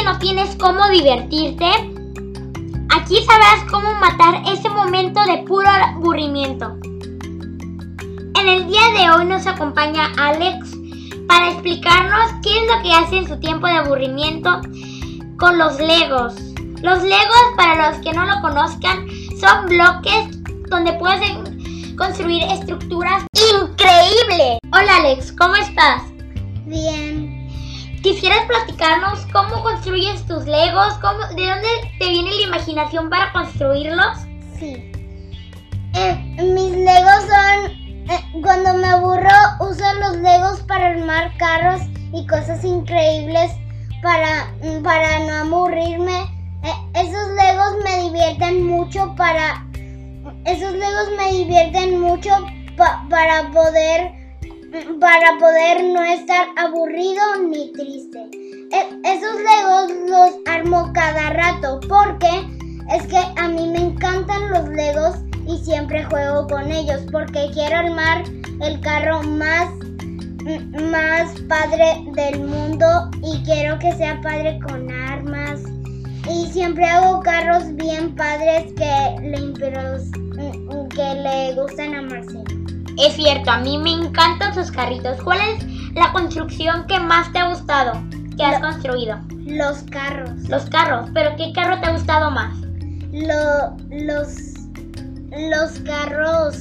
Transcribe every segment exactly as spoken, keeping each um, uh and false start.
que no tienes cómo divertirte, aquí sabrás cómo matar ese momento de puro aburrimiento. En el día de hoy nos acompaña Alex para explicarnos qué es lo que hace en su tiempo de aburrimiento con los Legos. Los Legos, para los que no lo conozcan, son bloques donde puedes construir estructuras increíbles. Hola Alex, ¿cómo estás? Bien. ¿Quisieras platicarnos cómo construyes tus Legos? ¿Cómo, ¿De dónde te viene la imaginación para construirlos? Sí. Eh, mis Legos son... Eh, cuando me aburro, uso los Legos para armar carros y cosas increíbles para, para no aburrirme. Eh, esos Legos me divierten mucho para... Esos Legos me divierten mucho pa, para poder... para poder no estar aburrido ni triste. E- esos Legos los armo cada rato porque es que a mí me encantan los Legos y siempre juego con ellos porque quiero armar el carro más, más padre del mundo y quiero que sea padre con armas y siempre hago carros bien padres que le, que le gustan a Marcelo. Es cierto, a mí me encantan sus carritos. ¿Cuál es la construcción que más te ha gustado que has Lo, construido? Los carros. Los carros, pero ¿qué carro te ha gustado más? Lo, los, los carros,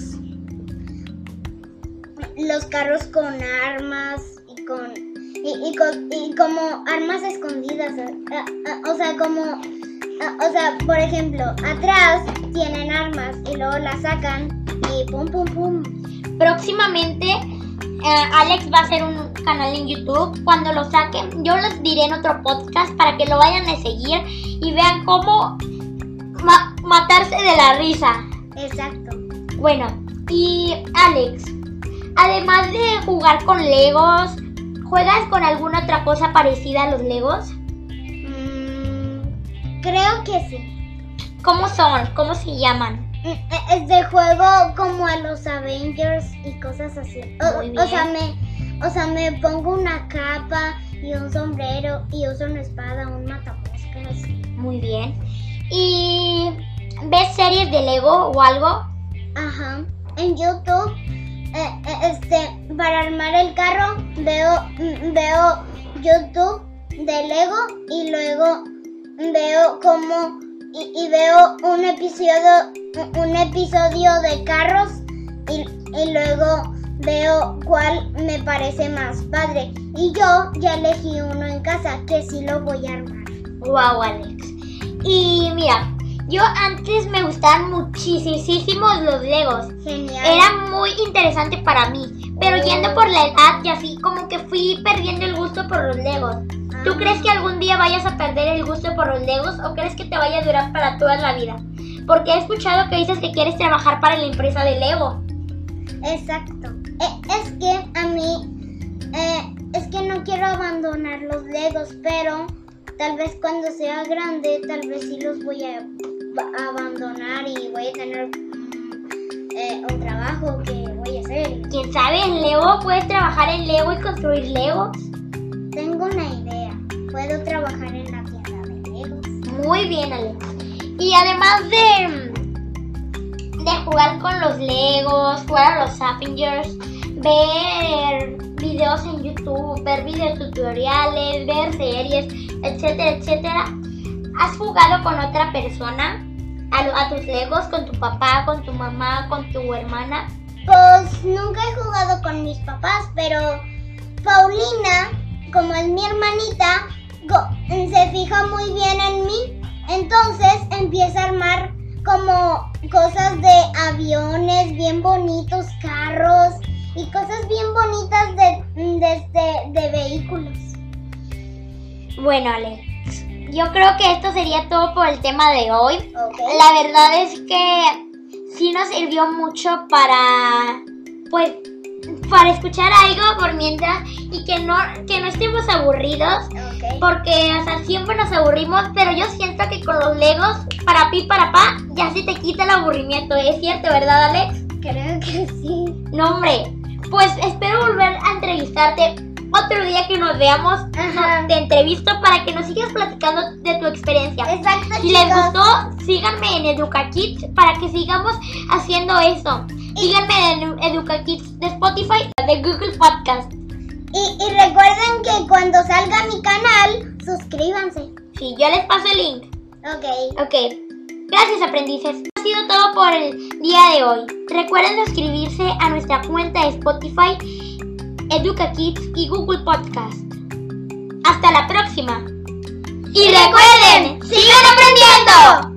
los carros con armas y con, y, y, con, y como armas escondidas, o sea, como, o sea, por ejemplo, atrás tienen armas y luego las sacan y pum, pum, pum. Próximamente eh, Alex va a hacer un canal en YouTube. Cuando lo saquen, yo los diré en otro podcast para que lo vayan a seguir y vean cómo ma- matarse de la risa. Exacto. Bueno, y Alex, además de jugar con Legos, ¿juegas con alguna otra cosa parecida a los Legos? Mm, creo que sí. ¿Cómo son? ¿Cómo se llaman? Es de juego como a los Avengers y cosas así. O, o sea, me, o sea, me pongo una capa y un sombrero y uso una espada, un matamoscas. Muy bien. ¿Y ves series de Lego o algo? Ajá. En YouTube, eh, este, para armar el carro veo, veo YouTube de Lego y luego veo cómo y, y veo un episodio un episodio de carros y, y luego veo cuál me parece más padre y yo ya elegí uno en casa que sí lo voy a armar. Wow, Alex. Y mira, yo antes me gustaban muchísimo los Legos. Genial. Era muy interesante para mí, pero oh. yendo por la edad y así como que fui perdiendo el gusto por los Legos. Ah. ¿Tú crees que algún día vayas a perder el gusto por los Legos o crees que te vaya a durar para toda la vida? Porque he escuchado que dices que quieres trabajar para la empresa de Lego. Exacto. Eh, es que a mí, eh, es que no quiero abandonar los Legos, pero tal vez cuando sea grande, tal vez sí los voy a, a abandonar y voy a tener um, eh, un trabajo que voy a hacer. ¿Quién sabe? En Lego puedes trabajar en Lego y construir Legos. Tengo una idea. Puedo trabajar en la tienda de Legos. Muy bien, Alex. Y además de, de jugar con los Legos, jugar a los Avengers, ver videos en YouTube, ver videos tutoriales, ver series, etcétera, etcétera, ¿has jugado con otra persona a, a tus Legos, con tu papá, con tu mamá, con tu hermana? Pues nunca he jugado con mis papás, pero Paulina, como es mi hermanita, se fija muy bien en mí. Entonces empieza a armar como cosas de aviones bien bonitos, carros y cosas bien bonitas de, de, de, de vehículos. Bueno, Alex, yo creo que esto sería todo por el tema de hoy. Okay. La verdad es que sí nos sirvió mucho para, pues, para escuchar algo por mientras y que no, que no estemos aburridos. Okay. Porque, o sea, siempre nos aburrimos, pero yo siento que con los Legos, para pi, para pa, ya se te quita el aburrimiento. ¿Es cierto, verdad, Alex? Creo que sí. No, hombre, pues espero volver a entrevistarte otro día que nos veamos, Ajá. no, te entrevisto para que nos sigas platicando de tu experiencia. Exacto, Si chicos. les gustó, síganme en EducaKids para que sigamos haciendo eso. Síganme en EducaKids de Spotify, de Google Podcast. Y, y recuerden que cuando salga mi canal, suscríbanse. Sí, yo les paso el link. Ok. Ok, gracias aprendices. Ha sido todo por el día de hoy. Recuerden suscribirse a nuestra cuenta de Spotify, EducaKids y Google Podcast. Hasta la próxima. Y recuerden, sigan aprendiendo.